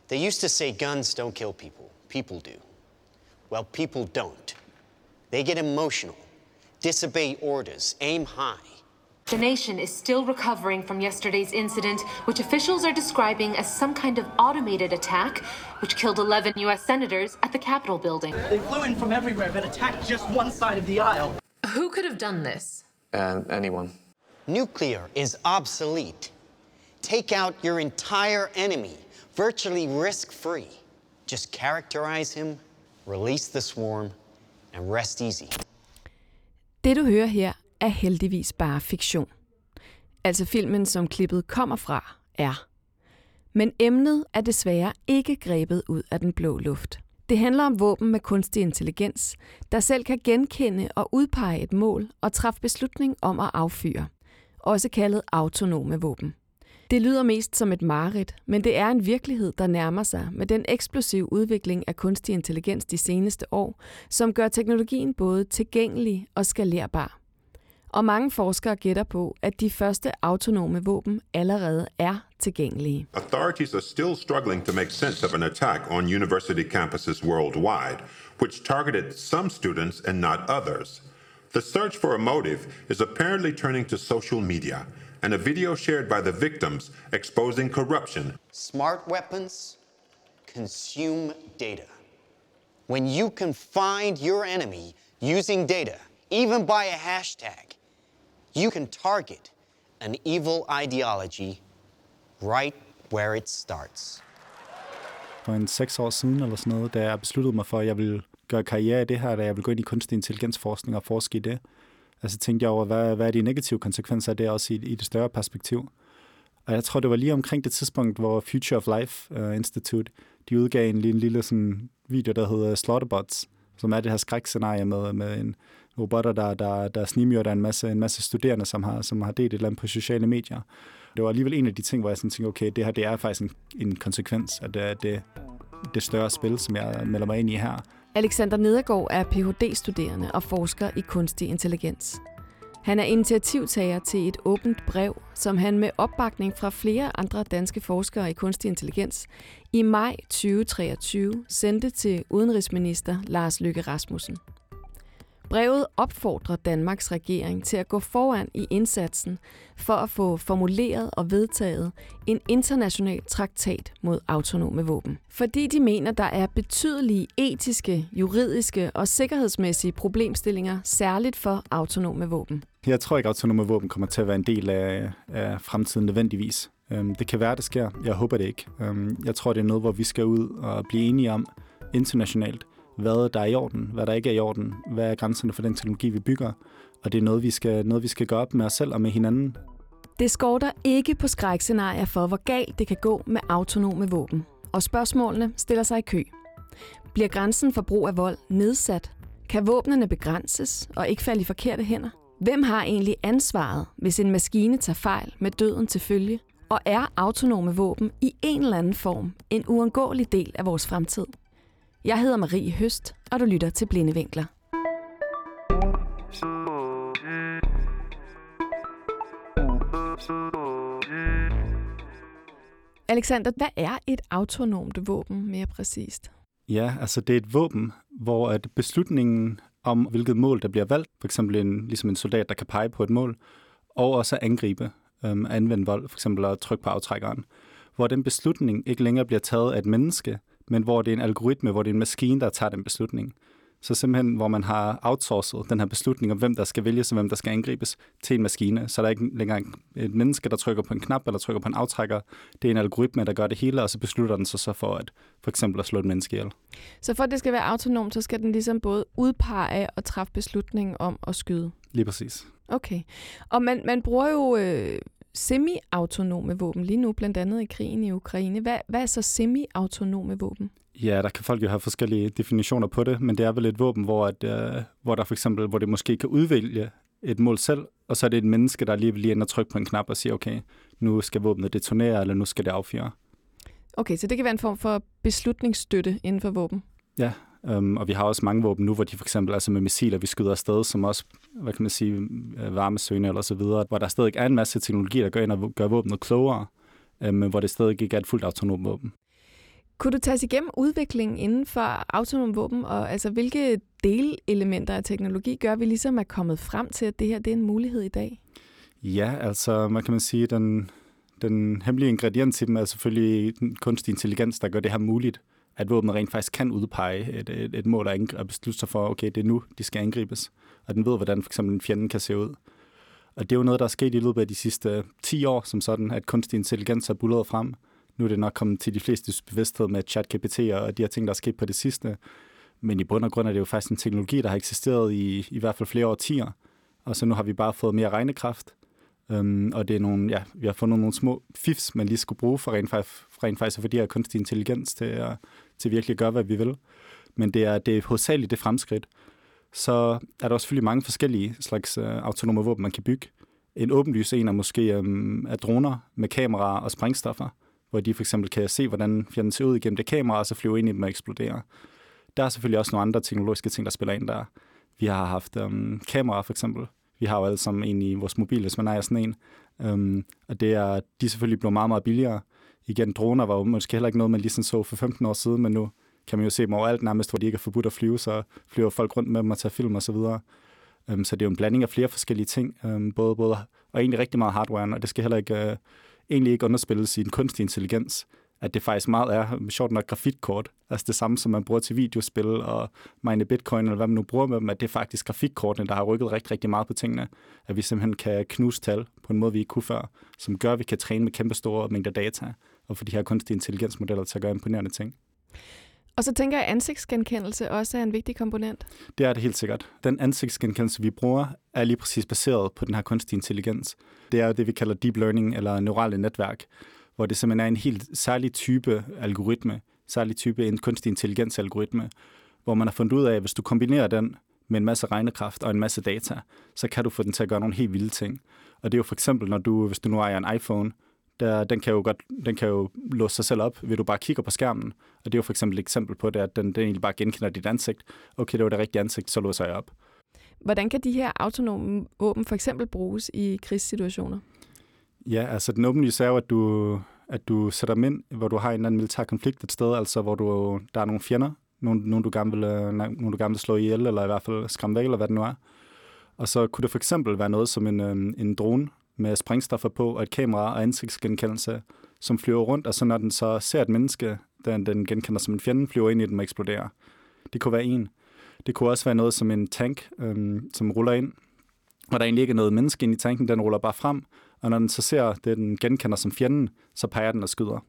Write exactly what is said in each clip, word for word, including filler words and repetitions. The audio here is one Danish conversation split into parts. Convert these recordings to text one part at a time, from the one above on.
They used to say guns don't kill people. People do. Well, people don't. They get emotional, disobey orders, aim high. The nation is still recovering from yesterday's incident, which officials are describing as some kind of automated attack, which killed eleven U S senators at the Capitol building. They flew in from everywhere but attacked just one side of the aisle. Who could have done this? Uh, anyone. Nuclear is obsolete. Take out your entire enemy, virtually risk-free. Just characterize him, release the swarm, and rest easy. Det du hører her er heldigvis bare fiktion. Altså filmen, som klippet kommer fra, er. Men emnet er desværre ikke grebet ud af den blå luft. Det handler om våben med kunstig intelligens, der selv kan genkende og udpege et mål og træffe beslutning om at affyre. Også kaldet autonome våben. Det lyder mest som et mareridt, men det er en virkelighed, der nærmer sig med den eksplosive udvikling af kunstig intelligens de seneste år, som gør teknologien både tilgængelig og skalerbar. Og mange forskere gætter på, at de første autonome våben allerede er tilgængelige. Authorities are still struggling to make sense of an attack on university campuses worldwide, which targeted some students and not others. The search for a motive is apparently turning to social media, and a video shared by the victims exposing corruption. Smart weapons consume data. When you can find your enemy using data, even by a hashtag, you can target an evil ideology right where it starts. For en seks år siden eller sådan noget, da jeg besluttede mig for, at jeg ville gøre karriere i det her, da jeg ville gå ind i kunstig intelligensforskning og forske i det, altså tænkte jeg over, hvad, hvad er de negative konsekvenser af det også i, i det større perspektiv. Og jeg tror, det var lige omkring det tidspunkt, hvor Future of Life uh, Institute, de udgav en, en lille sådan, video, der hedder Slaughterbots, som er det her skrækscenarie med, med en robotter, der, der, der snigmyrder en masse, en masse studerende, som har, som har delt et eller andet på sociale medier. Det var alligevel en af de ting, hvor jeg sådan tænkte, okay, det her det er faktisk en, en konsekvens af det, det, det større spil, som jeg melder mig ind i her. Alexander Nedergaard er P H D-studerende og forsker i kunstig intelligens. Han er initiativtager til et åbent brev, som han med opbakning fra flere andre danske forskere i kunstig intelligens i maj tyve treogtyve sendte til udenrigsminister Lars Løkke Rasmussen. Brevet opfordrer Danmarks regering til at gå foran i indsatsen for at få formuleret og vedtaget en international traktat mod autonome våben. Fordi de mener, der er betydelige etiske, juridiske og sikkerhedsmæssige problemstillinger, særligt for autonome våben. Jeg tror ikke, at autonome våben kommer til at være en del af, af fremtiden nødvendigvis. Det kan være, det sker. Jeg håber det ikke. Jeg tror, det er noget, hvor vi skal ud og blive enige om internationalt, hvad der er i orden, hvad der ikke er i orden, hvad er grænserne for den teknologi, vi bygger, og det er noget, vi skal, noget, vi skal gøre op med os selv og med hinanden. Det skorter ikke på skrækscenarier for, hvor galt det kan gå med autonome våben, og spørgsmålene stiller sig i kø. Bliver grænsen for brug af vold nedsat? Kan våbnene begrænses og ikke falde i forkerte hænder? Hvem har egentlig ansvaret, hvis en maskine tager fejl med døden til følge? Og er autonome våben i en eller anden form en uundgåelig del af vores fremtid? Jeg hedder Marie Høst, og du lytter til Blinde Vinkler. Alexander, hvad er et autonomt våben mere præcist? Ja, altså det er et våben, hvor at beslutningen om, hvilket mål der bliver valgt, for eksempel en, ligesom en soldat, der kan pege på et mål, og også angribe, øhm, anvende vold, for eksempel at trykke på aftrækkeren, hvor den beslutning ikke længere bliver taget af et menneske, men hvor det er en algoritme, hvor det er en maskine, der tager den beslutning. Så simpelthen, hvor man har outsourcet den her beslutning om, hvem der skal vælges og hvem der skal angribes til en maskine. Så der er ikke længere et menneske, der trykker på en knap eller trykker på en aftrækker. Det er en algoritme, der gør det hele, og så beslutter den sig så for at for eksempel at slå et menneske ihjel. Så for at det skal være autonomt, så skal den ligesom både udpege og træffe beslutningen om at skyde? Lige præcis. Okay. Og man, man bruger jo øh, semi-autonome våben lige nu, blandt andet i krigen i Ukraine. Hvad, hvad er så semi-autonome våben? Ja, der kan folk jo have forskellige definitioner på det, men det er vel et våben, hvor, at, øh, hvor der for eksempel, hvor det måske kan udvælge et mål selv, og så er det et menneske, der lige vil lige ind og trykke på en knap og sige, okay, nu skal våbnet detonere, eller nu skal det affyre. Okay, så det kan være en form for beslutningsstøtte inden for våben? Ja, øhm, og vi har også mange våben nu, hvor de for eksempel altså med missiler, vi skyder afsted, som også, hvad kan man sige, varmesøgende eller så videre, hvor der stadig er en masse teknologi, der går ind og gør våbnet klogere, øh, men hvor det stadig ikke er et fuldt autonomt våben. Kunne du tage os igennem udviklingen inden for autonome våben, og altså hvilke delelementer af teknologi gør, vi ligesom er kommet frem til, at det her det er en mulighed i dag? Ja, altså man kan man sige, den, den hemmelige ingrediens til dem er selvfølgelig den kunstig intelligens, der gør det her muligt, at våbnet rent faktisk kan udpege et, et, et mål og beslutte sig for, okay, det er nu, de skal angribes. Og den ved, hvordan for eksempel en fjende kan se ud. Og det er jo noget, der er sket i løbet af de sidste ti år, som sådan, at kunstig intelligens er bullet frem. Nu er det nok kommet til de flestes bevidsthed med ChatGPT og de her ting, der er sket på det sidste. Men i bund og grund er det jo faktisk en teknologi, der har eksisteret i i hvert fald flere årtier. Og så nu har vi bare fået mere regnekraft. Um, og det er nogle, ja, vi har fundet nogle små fifs, man lige skulle bruge for rent faktisk, for rent faktisk at få de her kunstig intelligens til at, til virkelig at gøre, hvad vi vil. Men det er, det er hovedsageligt det fremskridt. Så er der også selvfølgelig mange forskellige slags uh, autonome våben, man kan bygge. En åbenlys en er måske um, af droner med kameraer og sprængstoffer, hvor de for eksempel kan se, hvordan fjenden ser ud igennem det kamera, og så flyve ind i dem og eksplodere. Der er selvfølgelig også nogle andre teknologiske ting, der spiller ind der. Vi har haft um, kameraer for eksempel. Vi har jo alle sammen en i vores mobil, hvis man ejer sådan en. Um, og det er, de er selvfølgelig blevet meget, meget billigere. Igen, droner var jo måske heller ikke noget, man lige sådan så for femten år siden, men nu kan man jo se dem overalt nærmest, hvor de ikke er forbudt at flyve, så flyver folk rundt med dem og tager film og så videre. Um, så det er jo en blanding af flere forskellige ting, um, både, både, og egentlig rigtig meget hardware, og det skal heller ikke, uh, egentlig ikke underspilles i en kunstig intelligens, at det faktisk meget er, sjovt nok, grafikkort. Altså det samme, som man bruger til videospil og mine bitcoin, eller hvad man nu bruger med dem, at det er faktisk grafikkortene, der har rykket rigtig, rigtig meget på tingene. At vi simpelthen kan knuse tal på en måde, vi ikke kunne før, som gør, at vi kan træne med kæmpe store mængder data, og få de her kunstige intelligensmodeller til at gøre imponerende ting. Og så tænker jeg, at ansigtsgenkendelse også er en vigtig komponent. Det er det helt sikkert. Den ansigtsgenkendelse, vi bruger, er lige præcis baseret på den her kunstig intelligens. Det er jo det, vi kalder deep learning, eller neurale netværk, hvor det simpelthen er en helt særlig type algoritme, særlig type en kunstig intelligens-algoritme, hvor man har fundet ud af, at hvis du kombinerer den med en masse regnekraft og en masse data, så kan du få den til at gøre nogle helt vilde ting. Og det er jo for eksempel, når du, hvis du nu ejer en iPhone, der, den, kan jo godt, den kan jo låse sig selv op, ved du bare kigger på skærmen. Og det er jo for eksempel et eksempel på det, at den, den egentlig bare genkender dit ansigt. Okay, det var det rigtige ansigt, så låser jeg op. Hvordan kan de her autonome våben for eksempel bruges i krigssituationer? Ja, altså den åbenlyse er jo, at du, at du sætter dem ind, hvor du har en eller anden militær konflikt et sted, altså hvor du, der er nogle fjender, nogle, nogle, du gerne vil, nogle du gerne vil slå ihjel, eller i hvert fald skræmme væk, eller hvad det nu er. Og så kunne det for eksempel være noget som en, en drone med sprængstoffer på, og et kamera og ansigtsgenkendelse, som flyver rundt, og så når den så ser et menneske, den, den genkender som en fjende, flyver ind i den og eksploderer. Det kunne være en. Det kunne også være noget som en tank, øhm, som ruller ind, og der egentlig ikke er noget menneske ind i tanken, den ruller bare frem, og når den så ser det, den genkender som fjenden, så peger den og skyder.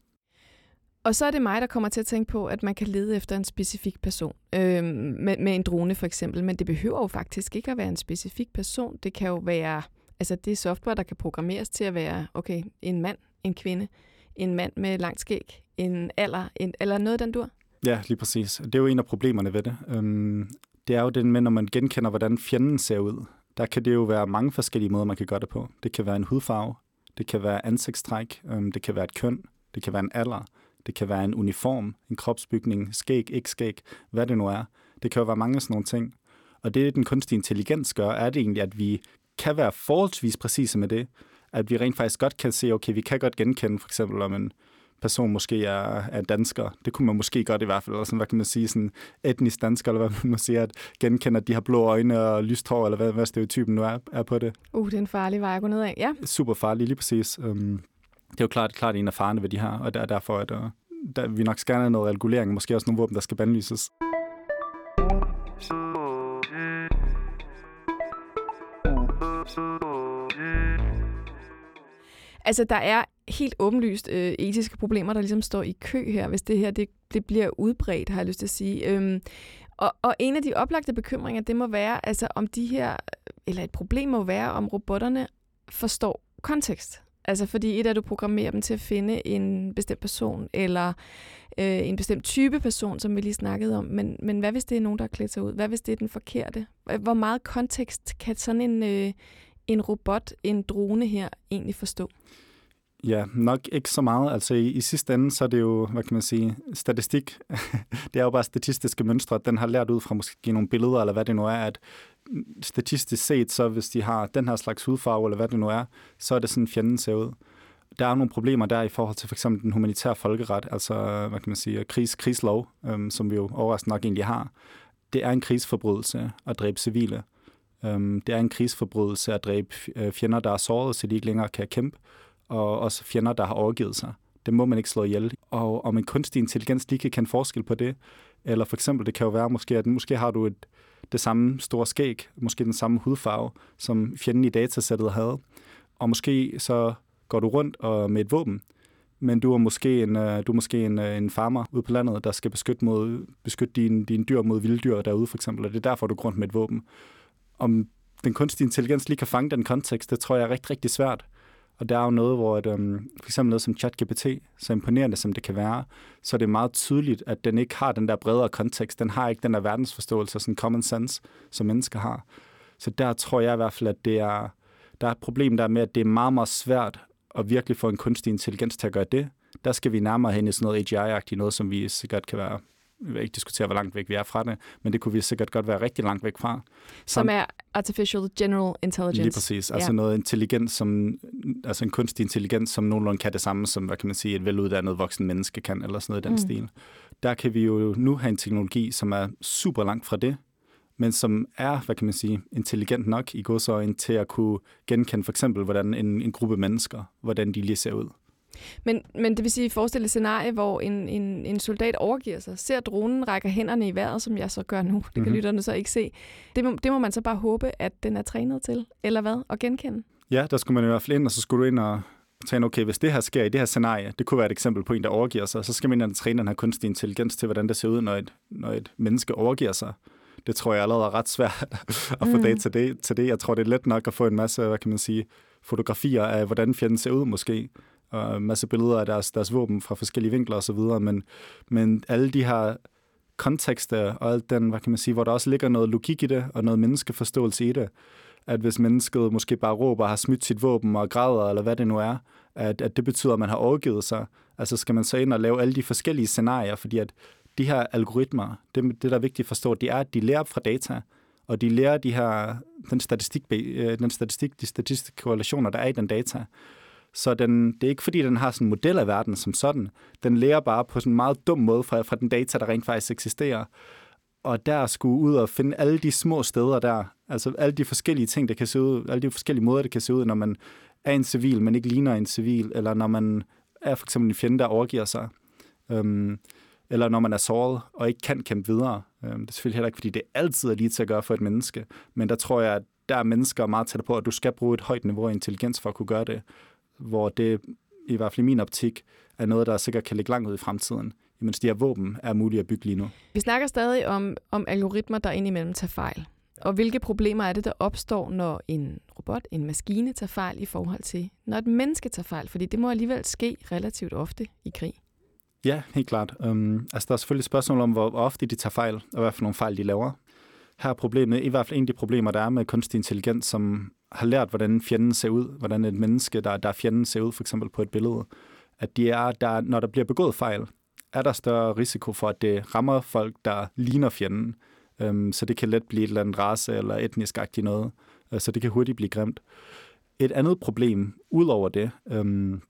Og så er det mig, der kommer til at tænke på, at man kan lede efter en specifik person, øh, med, med en drone for eksempel, men det behøver jo faktisk ikke at være en specifik person. Det kan jo være, altså det er software, der kan programmeres til at være, okay, en mand, en kvinde, en mand med langt skæg, en alder, en, eller noget den dur. Ja, lige præcis. Det er jo en af problemerne ved det. Øhm, det er jo den med, når man genkender, hvordan fjenden ser ud. Der kan det jo være mange forskellige måder, man kan gøre det på. Det kan være en hudfarve, det kan være ansigtstræk, øhm, det kan være et køn, det kan være en alder, det kan være en uniform, en kropsbygning, skæg, ikke skæg, hvad det nu er. Det kan jo være mange af sådan nogle ting. Og det, den kunstige intelligens gør, er det egentlig, at vi kan være forholdsvis præcise med det. At vi rent faktisk godt kan se, okay, vi kan godt genkende for eksempel, om en person måske er, er dansker. Det kunne man måske godt i hvert fald, eller sådan, hvad kan man sige, sådan etnisk dansker, eller hvad man må sige, at genkender, at de har blå øjne og lyst hår, eller hvad, hvad stereotypen nu er, er på det. Uh, det er en farlig vej at gå ned af, ja. Super farlig, lige præcis. Um, det er jo klart, klart en af farerne ved de her, og der, derfor at uh, der, vi nok skal have noget regulering, måske også nogle våben, der skal bandlyses. Altså, der er helt åbenlyst øh, etiske problemer, der ligesom står i kø her, hvis det her det, det bliver udbredt, har jeg lyst til at sige. Øhm, og, og en af de oplagte bekymringer, det må være, altså om de her, eller et problem må være, om robotterne forstår kontekst. Altså fordi et er, at du programmerer dem til at finde en bestemt person, eller øh, en bestemt type person, som vi lige snakkede om. Men, men hvad hvis det er nogen, der har klædt sig ud? Hvad hvis det er den forkerte? Hvor meget kontekst kan sådan en, øh, en robot, en drone her, egentlig forstå? Ja, nok ikke så meget. Altså i, i sidste ende, så er det jo, hvad kan man sige, statistik. Det er jo bare statistiske mønstre, at den har lært ud fra måske nogle billeder, eller hvad det nu er, at statistisk set, så hvis de har den her slags hudfarve, eller hvad det nu er, så er det sådan, fjenden ser ud. Der er nogle problemer der i forhold til for eksempel den humanitære folkeret, altså hvad kan man sige, krigs, krigslov, øhm, som vi jo overraskende nok egentlig har. Det er en krigsforbrydelse at dræbe civile. Øhm, det er en krigsforbrydelse at dræbe fjender, der er såret, så de ikke længere kan kæmpe, og også fjender, der har overgivet sig. Det må man ikke slå ihjel. Og om en kunstig intelligens lige kan kende forskel på det, eller for eksempel, det kan jo være måske, at måske har du et, det samme store skæg, måske den samme hudfarve, som fjenden i datasættet havde, og måske så går du rundt og med et våben, men du er måske en, du er måske en, en farmer ude på landet, der skal beskytte, mod, beskytte dine, dine dyr mod vilddyr derude, for eksempel, og det er derfor, du går rundt med et våben. Om den kunstige intelligens lige kan fange den kontekst, det tror jeg er rigtig, rigtig svært. Og der er jo noget, hvor et, um, for eksempel noget som ChatGPT, så imponerende som det kan være, så er det meget tydeligt, at den ikke har den der bredere kontekst. Den har ikke den der verdensforståelse, sådan common sense, som mennesker har. Så der tror jeg i hvert fald, at det er, der er et problem der med, at det er meget, meget svært at virkelig få en kunstig intelligens til at gøre det. Der skal vi nærmere hen i sådan noget A G I-agtigt, noget som vi sikkert kan være, vi vil ikke diskutere, hvor langt væk vi er fra det, men det kunne vi sikkert godt være rigtig langt væk fra. Som, som er Artificial General Intelligence. Lige præcis. Altså ja. Noget intelligens, som, altså en kunstig intelligens, som nogenlunde kan det samme, som, hvad kan man sige, et veluddannet voksen menneske kan, eller sådan noget i den mm. stil. Der kan vi jo nu have en teknologi, som er super langt fra det, men som er, hvad kan man sige, intelligent nok i godsøjne til at kunne genkende for eksempel, hvordan en, en gruppe mennesker, hvordan de lige ser ud. Men, men det vil sige, forestille et scenarie, hvor en, en, en soldat overgiver sig, ser dronen, rækker hænderne i vejret, som jeg så gør nu. Det kan mm-hmm. lytterne så ikke se. Det må, det må man så bare håbe, at den er trænet til, eller hvad, og genkende. Ja, der skulle man i hvert fald ind, og så skulle du ind og tænke, okay, hvis det her sker i det her scenarie, det kunne være et eksempel på en, der overgiver sig, så skal man ind og træne den her kunstig intelligens til, hvordan det ser ud, når et, når et menneske overgiver sig. Det tror jeg allerede er ret svært at få mm. data til det, til det. Jeg tror, det er let nok at få en masse, hvad kan man sige, fotografier af, hvordan fjenden ser ud måske, og en masse billeder af deres, deres våben fra forskellige vinkler og så videre, men, men alle de her kontekster og alt den, hvad kan man sige, hvor der også ligger noget logik i det, og noget menneskeforståelse i det, at hvis mennesket måske bare råber og har smidt sit våben og græder, eller hvad det nu er, at, at det betyder, at man har overgivet sig. Altså skal man så ind og lave alle de forskellige scenarier, fordi at de her algoritmer, det, det der er vigtigt at forstå, det er, at de lærer fra data, og de lærer de her, den statistik, den statistik, de statistiske korrelationer, der er i den data. Så den, det er ikke fordi, den har sådan en model af verden som sådan. Den lærer bare på sådan en meget dum måde fra, fra den data, der rent faktisk eksisterer. Og der skulle ud og finde alle de små steder der, altså alle de forskellige ting, der kan se ud, alle de forskellige måder, det kan se ud, når man er en civil, men ikke ligner en civil, eller når man er for eksempel en fjende, der overgiver sig, øhm, eller når man er såret og ikke kan kæmpe videre. Øhm, det er selvfølgelig heller ikke, fordi det altid er lige til at gøre for et menneske, men der tror jeg, at der er mennesker meget tæt på, at du skal bruge et højt niveau af intelligens for at kunne gøre det, hvor det, i hvert fald i min optik, er noget, der sikkert kan ligge langt ud i fremtiden, mens de her våben er mulige at bygge lige nu. Vi snakker stadig om, om algoritmer, der indimellem tager fejl. Og hvilke problemer er det, der opstår, når en robot, en maskine, tager fejl i forhold til, når et menneske tager fejl? Fordi det må alligevel ske relativt ofte i krig. Ja, helt klart. Um, altså, der er selvfølgelig et spørgsmål om, hvor ofte de tager fejl, og hvad for nogle fejl de laver. Her er problemet, i hvert fald en af de problemer, der er med kunstig intelligens, som har lært, hvordan fjenden ser ud, hvordan et menneske, der, der er fjenden, ser ud, for eksempel på et billede. At de er, der, når der bliver begået fejl, er der større risiko for, at det rammer folk, der ligner fjenden. Um, så det kan let blive et eller andet race eller etnisk-agtigt noget. Uh, så det kan hurtigt blive grimt. Et andet problem, ud over det, um,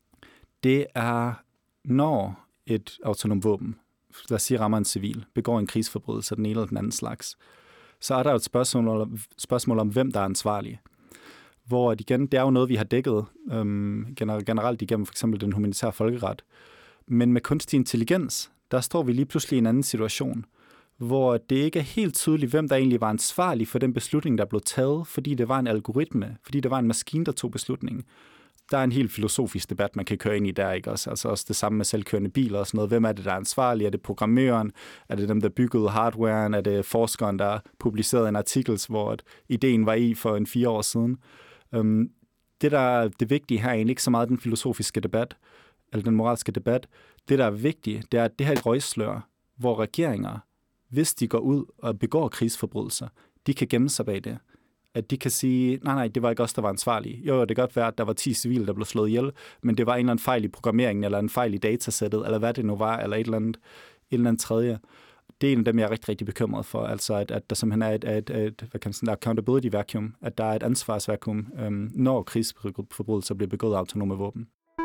det er, når et autonom våben, lad os sige, rammer en civil, begår en krigsforbrydelse af den ene eller den anden slags, så er der jo et spørgsmål, spørgsmål om, hvem der er ansvarlig. Hvor igen, det er jo noget, vi har dækket øhm, generelt igennem for eksempel den humanitære folkeret. Men med kunstig intelligens, der står vi lige pludselig i en anden situation, hvor det ikke er helt tydeligt, hvem der egentlig var ansvarlig for den beslutning, der blev taget, fordi det var en algoritme, fordi det var en maskine, der tog beslutningen. Der er en helt filosofisk debat, man kan køre ind i der, ikke også? Altså også det samme med selvkørende biler og sådan noget. Hvem er det, der er ansvarlig? Er det programmøren? Er det dem, der byggede hardwaren? Er det forskeren, der publicerede en artikel, hvor ideen var i for en fire år siden? Um, det, der er det vigtige her er egentlig ikke så meget den filosofiske debat, eller den moralske debat. Det, der er vigtigt, det er, at det her er et røgslør, hvor regeringer, hvis de går ud og begår krigsforbrydelser, de kan gemme sig bag det. At de kan sige, nej, nej, det var ikke os, der var ansvarlige. Jo, det kan godt være, at der var ti civile, der blev slået ihjel, men det var en eller anden fejl i programmeringen, eller en fejl i datasættet, eller hvad det nu var, eller et eller andet, et eller andet tredje. Det er en af dem, jeg er rigtig, rigtig bekymret for, altså at, at der simpelthen er et, et, et hvad kan man sige, accountability vacuum, at der er et ansvarsvakuum, øhm, når krigsforbrydelser bliver begået af autonome våben.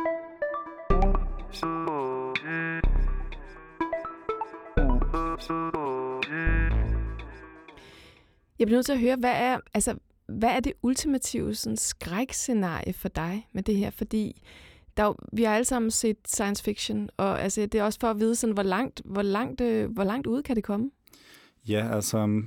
Jeg bliver nødt til at høre, hvad er, altså, hvad er det ultimative sådan, skrækscenarie for dig med det her? Fordi der, jo- vi har alle sammen set science fiction, og altså, det er også for at vide, sådan, hvor, langt, hvor, langt, øh, hvor langt ude kan det komme? Ja, altså,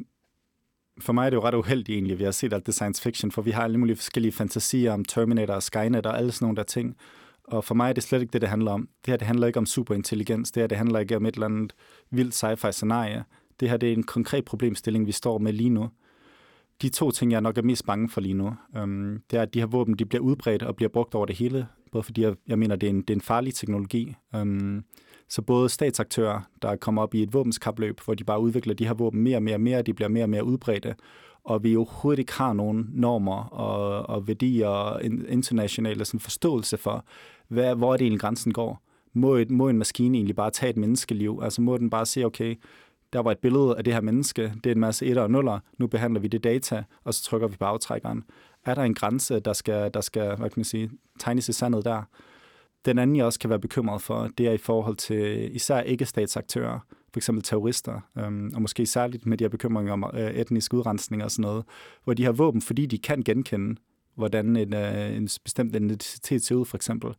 for mig er det jo ret uheldigt egentlig, at vi har set alt det science fiction, for vi har alle mulige forskellige fantasier om Terminator og Skynet og alle sådan nogle der ting. Og for mig er det slet ikke det, det handler om. Det her, det handler ikke om superintelligens. Det her, det handler ikke om et eller andet vildt sci-fi scenarie. Det her, det er en konkret problemstilling, vi står med lige nu. De to ting, jeg nok er mest bange for lige nu, øhm, det er, at de her våben, de bliver udbredt og bliver brugt over det hele. Både fordi, jeg, jeg mener, det er, en, det er en farlig teknologi. Øhm, så både statsaktører, der kommer op i et våbenskapløb, hvor de bare udvikler de her våben mere og mere og mere, de bliver mere og mere udbredte, og vi overhovedet ikke har nogen normer og, og værdier og internationale sådan forståelse for, hvad, hvor er det egentlig grænsen går. Må, et, må en maskine egentlig bare tage et menneskeliv? Altså må den bare sige, okay, der var et billede af det her menneske, det er en masse etter og nuller, nu behandler vi det data, og så trykker vi på aftrækkeren. Er der en grænse, der skal, der skal hvad kan man sige, tegnes i sandet der? Den anden, jeg også kan være bekymret for, det er i forhold til især ikke-statsaktører, for eksempel terrorister, øhm, og måske særligt med de her bekymringer om øh, etnisk udrensning og sådan noget, hvor de har våben, fordi de kan genkende, hvordan en, øh, en bestemt identitet ser ud, for eksempel.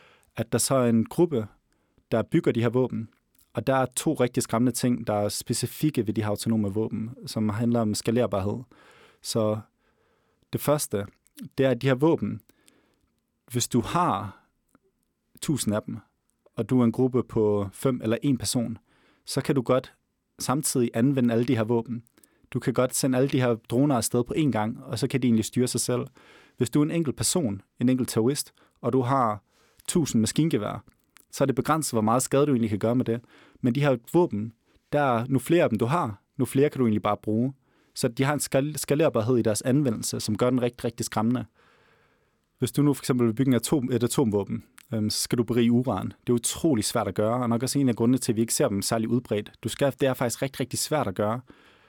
At der så er en gruppe, der bygger de her våben, og der er to rigtig skræmmende ting, der er specifikke ved de her autonome våben, som handler om skalerbarhed. Så det første, det er, at de her våben, hvis du har tusind af dem, og du er en gruppe på fem eller en person, så kan du godt samtidig anvende alle de her våben. Du kan godt sende alle de her droner afsted på én gang, og så kan de egentlig styre sig selv. Hvis du er en enkelt person, en enkelt terrorist, og du har tusind maskingevær, så er det begrænset, hvor meget skade du egentlig kan gøre med det. Men de her våben, der er nu flere af dem, du har, nu flere kan du egentlig bare bruge. Så de har en skal- skalerbarhed i deres anvendelse, som gør den rigtig, rigtig skræmmende. Hvis du nu for eksempel vil bygge en atom, et atomvåben, øhm, så skal du berige uran. Det er utrolig svært at gøre, og nok også en af grundene til, at vi ikke ser dem særlig udbredt. Du skal, det er faktisk rigtig, rigtig svært at gøre.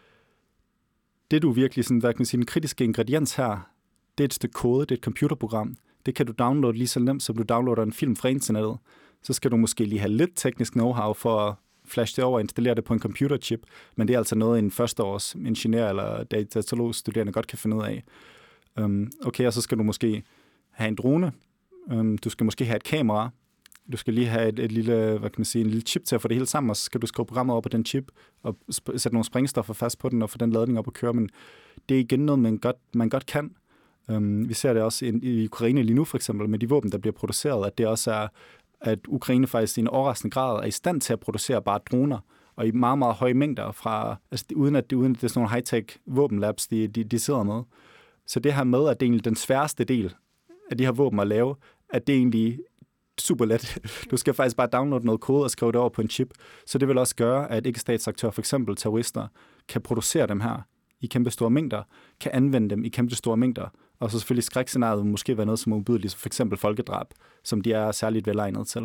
Det du virkelig, sådan, hvad kan man sige, den kritiske ingrediens her, det er et stykke kode, det er et computerprogram. Det kan du downloade lige så nemt, som du downloader en film fra internettet. Så skal du måske lige have lidt teknisk know-how for at flashe det over og installere det på en computerchip, men det er altså noget, en førsteårs ingeniør eller datalogisk studerende godt kan finde ud af. Um, okay, og så skal du måske have en drone, um, du skal måske have et kamera, du skal lige have et, et lille, hvad kan man sige, en lille chip til at få det hele sammen, og så skal du skrive programmet over på den chip og sp- sætte nogle sprængstoffer fast på den og få den ladning op at køre, men det er igen noget, man godt, man godt kan. Um, vi ser det også i, i Ukraine lige nu for eksempel, med de våben, der bliver produceret, at det også er, at Ukraine faktisk i en overraskende grad er i stand til at producere bare droner, og i meget, meget høje mængder, fra, altså, uden, at, uden at det er sådan nogle high-tech våbenlabs, de, de, de sidder med. Så det her med, at det er egentlig den sværeste del af de her våben at lave, at det er egentlig super let. Du skal faktisk bare downloade noget kode og skrive det over på en chip. Så det vil også gøre, at ikke-statsaktører, for eksempel terrorister, kan producere dem her i kæmpe store mængder, kan anvende dem i kæmpe store mængder, og så selvfølgelig skrækscenariet måske være noget som ubydeligt, for eksempel folkedrab, som de er særligt velegnet til.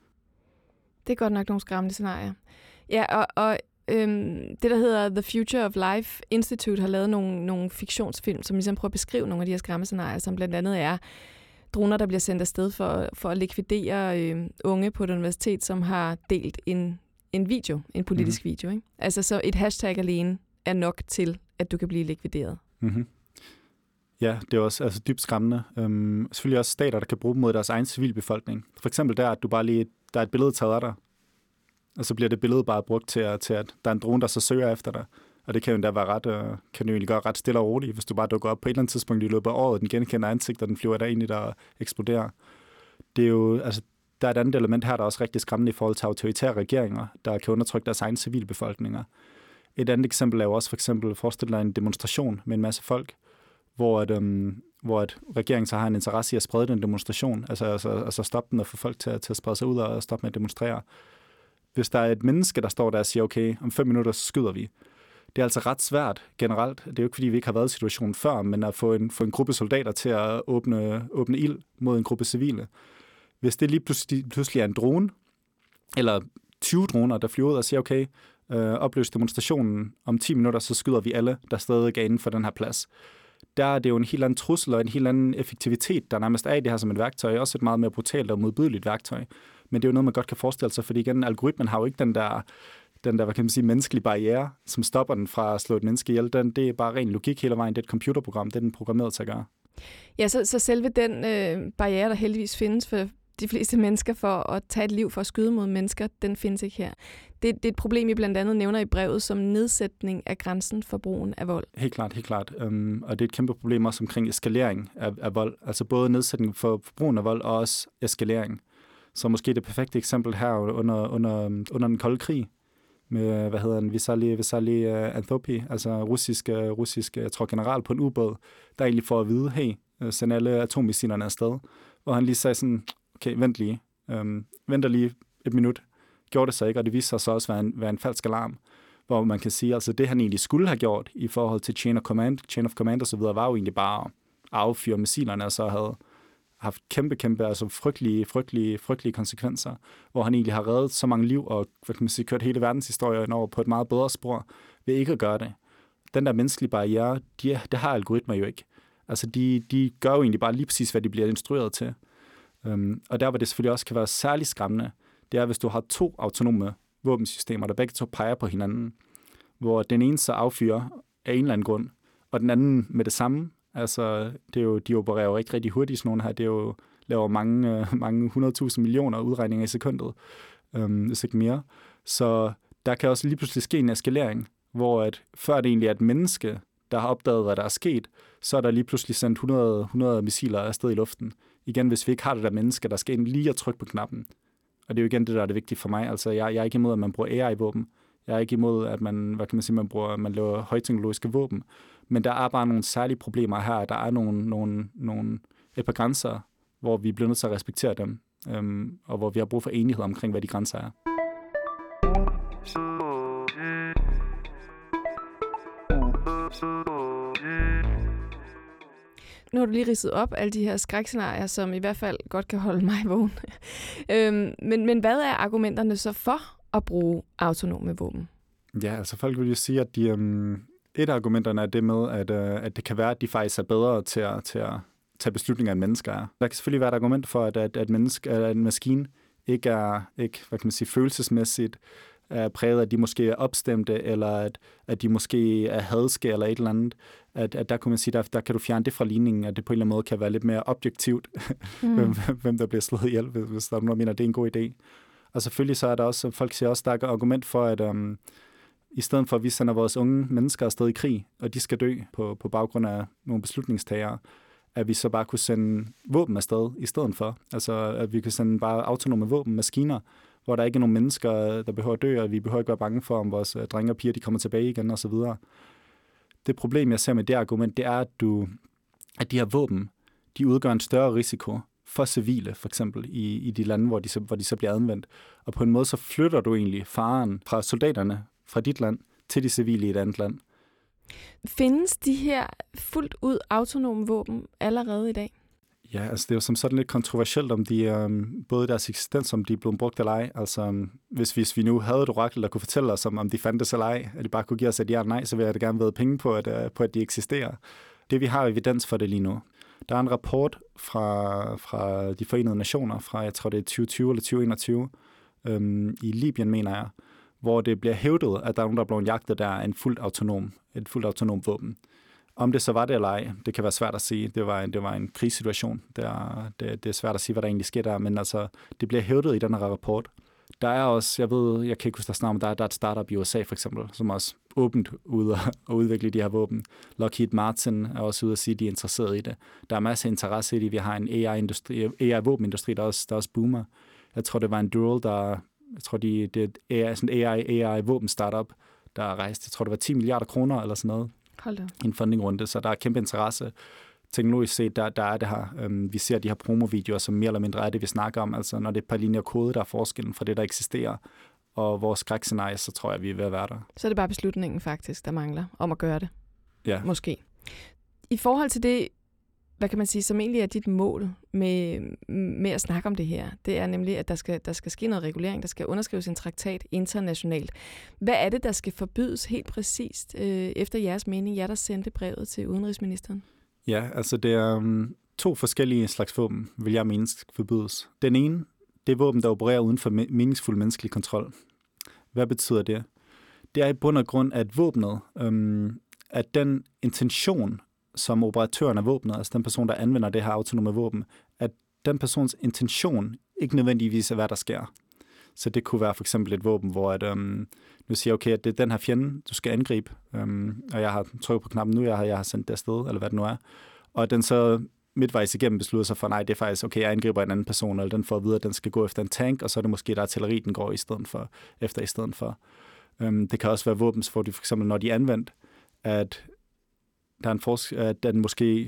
Det er godt nok nogle skræmmende scenarier. Ja, og, og øhm, det, der hedder The Future of Life Institute, har lavet nogle, nogle fiktionsfilm, som ligesom prøver at beskrive nogle af de her skræmmescenarier, som blandt andet er droner, der bliver sendt afsted for, for at likvidere øh, unge på et universitet, som har delt en, en video, en politisk mm. video. Ikke? Altså så et hashtag alene er nok til, at du kan blive likvideret. Mm-hmm. Ja, det er også altså, dybt skræmmende. Øhm, selvfølgelig også stater, der kan bruge dem mod deres egen civilbefolkning. For eksempel der, at du bare lige, der er et billede taget af dig, og så bliver det billede bare brugt til, at, til, at der er en drone, der så søger efter dig. Og det kan jo endda være ret, øh, kan jo egentlig gøre ret stille og roligt, hvis du bare dukker op på et eller andet tidspunkt i løbet af året, den genkender ansigt, og den flyver der egentlig, der eksploderer. Det er jo, altså, der er et andet element her, der er også rigtig skræmmende i forhold til autoritære regeringer, der kan undertrykke deres egne civilbefolkninger. Et andet eksempel er jo også for eksempel, forestil dig en demonstration med en masse folk, hvor, at, øhm, hvor at regeringen så har en interesse i at sprede den demonstration, altså, altså, altså stoppe den og få folk til, til at sprede sig ud og stoppe med at demonstrere. Hvis der er et menneske, der står der og siger, okay, om fem minutter så skyder vi. Det er altså ret svært generelt. Det er jo ikke, fordi vi ikke har været i situationen før, men at få en, få en gruppe soldater til at åbne, åbne ild mod en gruppe civile. Hvis det lige pludselig, pludselig er en drone, eller tyve droner, der flyver ud og siger, okay, øh, opløs demonstrationen om ti minutter, så skyder vi alle, der stadig er inden for den her plads. Der er det jo en helt anden trussel og en helt anden effektivitet, der nærmest er i det her som et værktøj. Også et meget mere brutalt og modbydeligt værktøj. Men det er jo noget, man godt kan forestille sig, fordi igen, algoritmen har jo ikke den der, den der, hvad kan man sige, menneskelige barriere, som stopper den fra at slå et menneske ihjel, den, det er bare ren logik hele vejen. Det er et computerprogram, det er den programmeret til at gøre. Ja, så, så selve den øh, barriere, der heldigvis findes for de fleste mennesker for at tage et liv for at skyde mod mennesker, den findes ikke her. Det, det er et problem, I blandt andet nævner i brevet som nedsætning af grænsen for brugen af vold. Helt klart, helt klart. Um, og det er et kæmpe problem også omkring eskalering af, af vold. Altså både nedsætning for, for brugen af vold og også eskalering. Så måske det perfekte eksempel her under, under, under den kolde krig med, hvad hedder den, Vitaly, Vitaly uh, Anthopi, altså russisk, uh, russisk jeg tror, general på en ubåd, der egentlig får at vide, hey, send alle atommissilerne afsted. Hvor han lige sagde sådan, okay, vent lige, um, vent lige et minut, gjorde det så ikke, og det viste sig så også være en, være en falsk alarm, hvor man kan sige, altså det han egentlig skulle have gjort i forhold til chain of command, chain of command og så videre, var jo egentlig bare at affyre missilerne, og så havde haft kæmpe, kæmpe, altså frygtelige, frygtelige, frygtelige konsekvenser, hvor han egentlig har reddet så mange liv, og hvad kan man sige, kørt hele verdenshistorien over på et meget bedre spor, ved ikke at gøre det. Den der menneskelige barriere, de, det har algoritmer jo ikke. Altså de, de gør jo egentlig bare lige præcis, hvad de bliver instrueret til. Um, og der, hvor det selvfølgelig også kan være særlig skræmmende, det er, hvis du har to autonome våbensystemer, der begge to peger på hinanden, hvor den ene så affyrer af en eller anden grund, og den anden med det samme. Altså, det er jo, de opererer jo ikke rigtig hurtigt, sådan nogle her. Det er jo, laver mange, mange hundredtusind millioner udregninger i sekundet, um, hvis ikke mere. Så der kan også lige pludselig ske en eskalering, hvor at, før det egentlig er et menneske, der har opdaget, hvad der er sket, så er der lige pludselig sendt hundrede, hundrede missiler afsted i luften. Igen, hvis vi ikke har det der menneske, der skal ind lige at trykke på knappen. Og det er jo igen det, der er det vigtige for mig. Altså, jeg, jeg er ikke imod, at man bruger A I-våben. Jeg er ikke imod, at man, hvad kan man sige, man bruger, man laver højteknologiske våben. Men der er bare nogle særlige problemer her. Der er nogle, nogle, nogle et par grænser, hvor vi bliver nødt til at respektere dem, øhm, og hvor vi har brug for enighed omkring, hvad de grænser er. Nu har du lige ridset op alle de her skrækscenarier, som i hvert fald godt kan holde mig vågen. øhm, men, men hvad er argumenterne så for at bruge autonome våben? Ja, altså folk vil jo sige, at de, um, et af argumenterne er det med, at, uh, at det kan være, at de faktisk er bedre til at, til at tage beslutninger, end mennesker er. Der kan selvfølgelig være et argument for, at, at, at, menneske, at en maskine ikke er ikke, hvad kan man sige, følelsesmæssigt er præget, at de måske er opstemte, eller at, at de måske er hadske, eller et eller andet. At, at der kunne man sige, der, der kan du fjerne det fra ligningen, at det på en eller anden måde kan være lidt mere objektivt, mm. hvem, hvem der bliver slået ihjel, hvis, hvis der er nogen, der mener, at det er en god idé. Og selvfølgelig så er der også, folk siger også, der er argument for, at um, i stedet for, at vi sender vores unge mennesker afsted i krig, og de skal dø på, på baggrund af nogle beslutningstagere, at vi så bare kunne sende våben afsted i stedet for. Altså, at vi kan sende bare autonome våben, maskiner, hvor der ikke er nogen mennesker, der behøver at dø, og vi behøver ikke være bange for, om vores drenge og piger de kommer tilbage igen, og så videre. Det problem, jeg ser med det argument, det er, at, du, at de her våben, de udgør en større risiko for civile, for eksempel, i, i de lande, hvor de, så, hvor de så bliver anvendt. Og på en måde, så flytter du egentlig faren fra soldaterne fra dit land til de civile i et andet land. Findes de her fuldt ud autonome våben allerede i dag? Ja, altså det er jo som sådan lidt kontroversielt, om de um, både deres eksistens, om de er blevet brugt eller ej. Altså um, hvis, hvis vi nu havde et orakel, der kunne fortælle os, om, om de fandtes eller ej, at de bare kunne give os et ja eller nej, så vil jeg da gerne vide penge på at, uh, på, at de eksisterer. Det vi har evidens for det lige nu. Der er en rapport fra, fra de Forenede Nationer, fra jeg tror det er tyve tyve eller tyve enogtyve, um, i Libyen mener jeg, hvor det bliver hævdet, at der er nogen, der er blevet jagtet, der er en fuldt autonom, et fuldt autonom våben. Om det så var det eller ej, det kan være svært at sige. Det var en, det var en krigssituation. Det er, det, det er svært at sige, hvad der egentlig sker der, men altså, det bliver hævdet i den her rapport. Der er også, jeg ved, jeg kan ikke huske, der snakker om, der, der er et startup i U S A for eksempel, som er også åbent ude og udvikle de her våben. Lockheed Martin er også ude at sige, at de er interesseret i det. Der er masser af interesse i det. Vi har en A I-industri, A I-våbenindustri, der også, der også boomer. Jeg tror, det var en Dural, der, jeg tror, de, det er sådan en A I, A I-våben-startup, der rejste, jeg tror, det var ti milliarder kroner eller sådan noget. Hold da. En fundingrunde, så der er kæmpe interesse. Teknologisk set, der, der er det her. Um, vi ser de her promovideoer, som mere eller mindre er det, vi snakker om. Altså, når det er et par linjer kode, der er forskellen fra det, der eksisterer, og vores skrækscenarie, så tror jeg, vi er ved at være der. Så er det bare beslutningen faktisk, der mangler om at gøre det. Ja. Måske. I forhold til det, hvad kan man sige, som egentlig er dit mål med, med at snakke om det her, det er nemlig, at der skal, der skal ske noget regulering, der skal underskrives en traktat internationalt. Hvad er det, der skal forbydes helt præcist, øh, efter jeres mening, jer der sendte brevet til udenrigsministeren? Ja, altså det er um, to forskellige slags våben, vil jeg mene skal forbydes. Den ene, det er våben, der opererer uden for meningsfuld menneskelig kontrol. Hvad betyder det? det er i bund og grund, at våbnet, øhm, at den intention, som operatøren af våbnet, altså den person, der anvender det her autonome våben, at den persons intention ikke nødvendigvis er, hvad der sker. Så det kunne være for eksempel et våben, hvor at, øhm, nu siger okay, at det er den her fjende, du skal angribe, øhm, og jeg har trykket på knappen nu, jeg har, jeg har sendt det afsted, eller hvad det nu er, og at den så midtvejs igennem beslutter sig for, nej, det er faktisk, okay, jeg angriber en anden person, eller den får at vide, at den skal gå efter en tank, og så er det måske, der artilleri, den går i stedet for, efter i stedet for. Øhm, det kan også være våben, hvor de for eksempel, når de er anvendt, at der er en forskel, at den måske,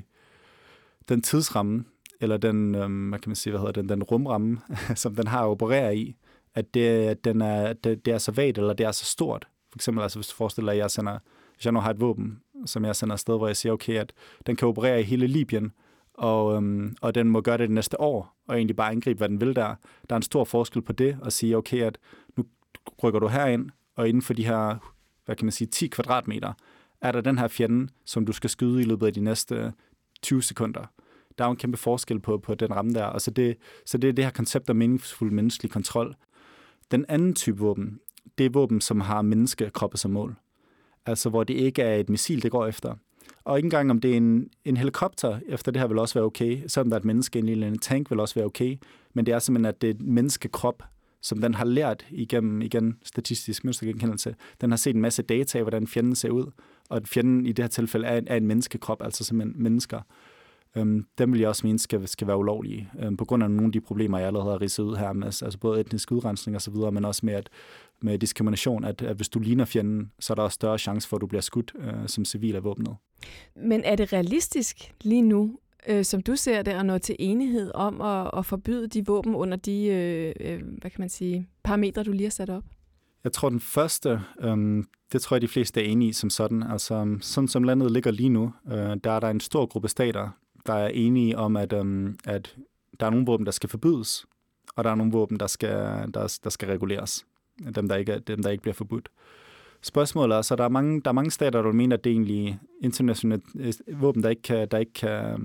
den tidsramme, eller den, øhm, hvad kan man sige, hvad hedder den, den rumramme, som den har at operere i, at det, at den er, det, det er så vagt, eller det er så stort. For eksempel, altså, hvis du forestiller dig, at jeg sender, hvis jeg nu har et våben, som jeg sender afsted, hvor jeg siger, okay, at den kan operere i hele Libyen, og, øhm, og den må gøre det det næste år, og egentlig bare angribe, hvad den vil der. Der er en stor forskel på det, at sige, okay, at nu rykker du herind, og inden for de her, hvad kan man sige, ti kvadratmeter, er der den her fjende, som du skal skyde i løbet af de næste tyve sekunder. Der er jo en kæmpe forskel på, på den ramme der, og så det, så det er det her koncept af meningsfuld menneskelig kontrol. Den anden type våben, det er våben, som har menneskekroppe som mål. Altså, hvor det ikke er et missil, det går efter. Og ikke engang om det er en, en helikopter, efter det her vil også være okay, selvom der er et menneske, en lille tank vil også være okay, men det er simpelthen, at det er et menneskekrop, som den har lært igennem, igen, statistisk mønstergenkendelse. Den har set en masse data af, hvordan fjenden ser ud, og at fjenden i det her tilfælde er en, er en menneskekrop, altså simpelthen mennesker. Øhm, dem vil jeg også mene skal, skal være ulovlige, øhm, på grund af nogle af de problemer, jeg allerede har ridset ud her, med, altså både etnisk udrensning og så videre, men også med, at, med diskrimination, at, at hvis du ligner fjenden, så er der også større chance for, at du bliver skudt øh, som civil af våbnet. Men er det realistisk lige nu, øh, som du ser det, at nå til enighed om at, at forbyde de våben under de, øh, øh, hvad kan man sige, parametre, du lige har sat op? Jeg tror, den første, øhm, det tror jeg, de fleste er enige i som sådan. Altså, sådan som landet ligger lige nu, øh, der er der en stor gruppe stater, der er enige om, at, øhm, at der er nogle våben, der skal forbydes, og der er nogle våben, der skal, der, der skal reguleres. Dem der, ikke, dem, der ikke bliver forbudt. Spørgsmålet er, så der er mange, der er mange stater, der mener, at det er egentlig internationale våben, der ikke kan, der ikke kan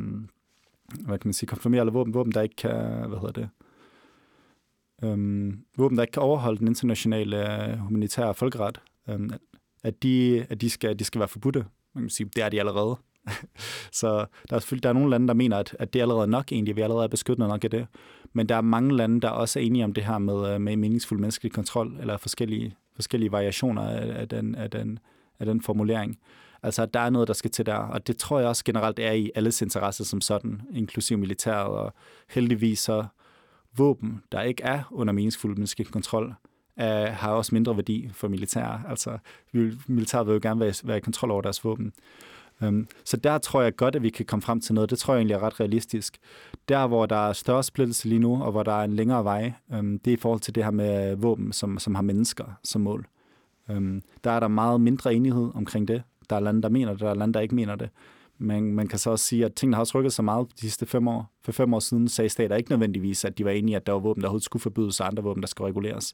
hvad kan man sige, konfirmere, eller våben, våben, der ikke kan, hvad hedder det, øhm, våben, der ikke kan overholde den internationale humanitære folkeret, øhm, at, de, at de, skal, de skal være forbudte. Man kan sige, det er de allerede. Så der er selvfølgelig der er nogle lande, der mener, at, at det er allerede nok egentlig, vi allerede er beskyttet nok af det. Men der er mange lande, der også er enige om det her med, med meningsfuld menneskelig kontrol, eller forskellige, forskellige variationer af, af, den, af, den, af den formulering. Altså, at der er noget, der skal til der, og det tror jeg også generelt er i alles interesse som sådan, inklusive militæret, og heldigvis så våben, der ikke er under meningsfuld menneskelig kontrol, er, har også mindre værdi for militæret. Altså, militæret vil jo gerne være, være i kontrol over deres våben. Um, så der tror jeg godt, at vi kan komme frem til noget. Det tror jeg egentlig er ret realistisk. Der, hvor der er større splittelse lige nu, og hvor der er en længere vej, um, det er i forhold til det her med våben, som, som har mennesker som mål. Um, der er der meget mindre enighed omkring det. Der er lande, der mener det, der er lande, der ikke mener det. Men man kan så også sige, at tingene har også rykket sig meget de sidste fem år. For fem år siden sagde stater ikke nødvendigvis, at de var enige, at der var våben, der overhovedet skulle forbydes, og andre våben, der skal reguleres.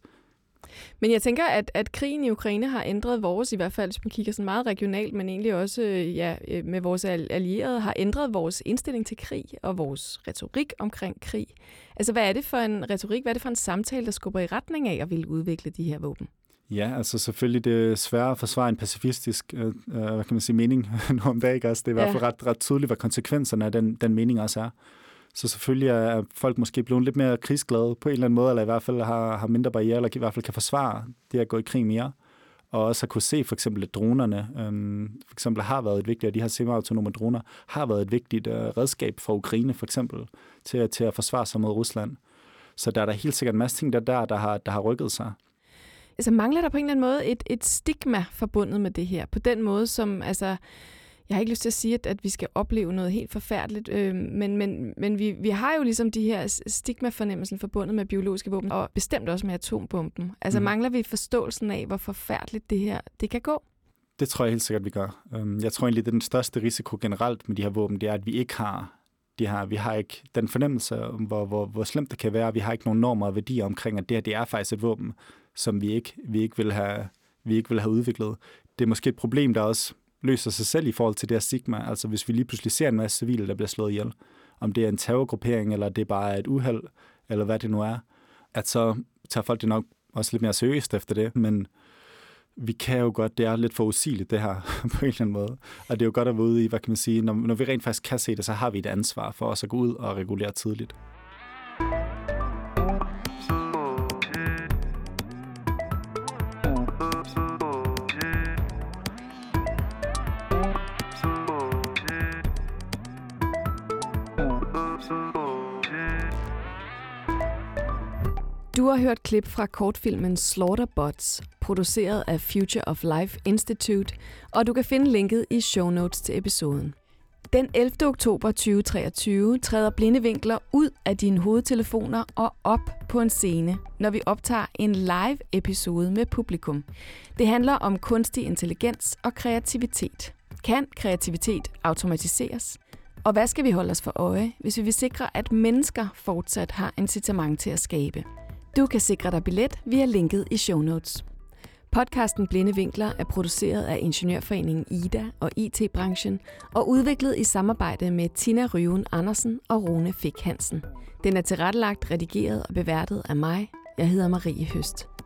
Men jeg tænker, at, at krigen i Ukraine har ændret vores, i hvert fald hvis man kigger sådan meget regionalt, men egentlig også ja, med vores allierede, har ændret vores indstilling til krig og vores retorik omkring krig. Altså, hvad er det for en retorik, hvad er det for en samtale, der skubber i retning af at ville udvikle de her våben? Ja, altså selvfølgelig det er svært at forsvare en pacifistisk øh, hvad kan man sige, mening nu om dagen. Altså, det er i hvert fald ret, ret tydeligt, hvad konsekvenserne af den, den mening også er. Så selvfølgelig er folk måske blevet lidt mere krigsglade på en eller anden måde, eller i hvert fald har, har mindre barriere, eller i hvert fald kan forsvare det at gå i krig mere. Og også at kunne se for eksempel, at dronerne øhm, for eksempel har været et vigtigt, og de her semi-autonome droner har været et vigtigt øh, redskab for Ukraine for eksempel, til, til at forsvare sig mod Rusland. Så der er der helt sikkert en masse ting, der, der, der, har, der har rykket sig. Altså mangler der på en eller anden måde et, et stigma forbundet med det her? På den måde, som altså... Jeg har ikke lyst til at sige, at, at vi skal opleve noget helt forfærdeligt, øh, men, men, men vi, vi har jo ligesom de her stigma-fornemmelser forbundet med biologiske våben, og bestemt også med atombomben. Altså mm. mangler vi forståelsen af, hvor forfærdeligt det her det kan gå? Det tror jeg helt sikkert, vi gør. Jeg tror egentlig, det er den største risiko generelt med de her våben, det er, at vi ikke har, de her, vi har ikke den fornemmelse om, hvor, hvor, hvor slemt det kan være. Vi har ikke nogen normer og værdier omkring, at det her det er faktisk et våben, som vi ikke, vi ikke, vil, have, vi ikke vil have udviklet. Det er måske et problem, der også løser sig selv i forhold til det her stigma. Altså hvis vi lige pludselig ser en masse civile, der bliver slået ihjel, om det er en terrorgruppering, eller det er bare et uheld, eller hvad det nu er, at så tager folk det nok også lidt mere seriøst efter det. Men vi kan jo godt, det er lidt for usigeligt det her på en eller anden måde. Og det er jo godt at være ude i, hvad kan man sige, når, når vi rent faktisk kan se det, så har vi et ansvar for os at gå ud og regulere tidligt. Du har hørt klip fra kortfilmen Slaughterbots, produceret af Future of Life Institute, og du kan finde linket i show notes til episoden. Den ellevte oktober tyve treogtyve træder Blinde Vinkler ud af dine hovedtelefoner og op på en scene, når vi optager en live-episode med publikum. Det handler om kunstig intelligens og kreativitet. Kan kreativitet automatiseres? Og hvad skal vi holde os for øje, hvis vi vil sikre, at mennesker fortsat har incitament til at skabe? Du kan sikre dig billet via linket i show notes. Podcasten Blinde Vinkler er produceret af Ingeniørforeningen I D A og I T-branchen og udviklet i samarbejde med Tina Ryven Andersen og Rune Fik Hansen. Den er tilrettelagt, redigeret og beværtet af mig. Jeg hedder Marie Høst.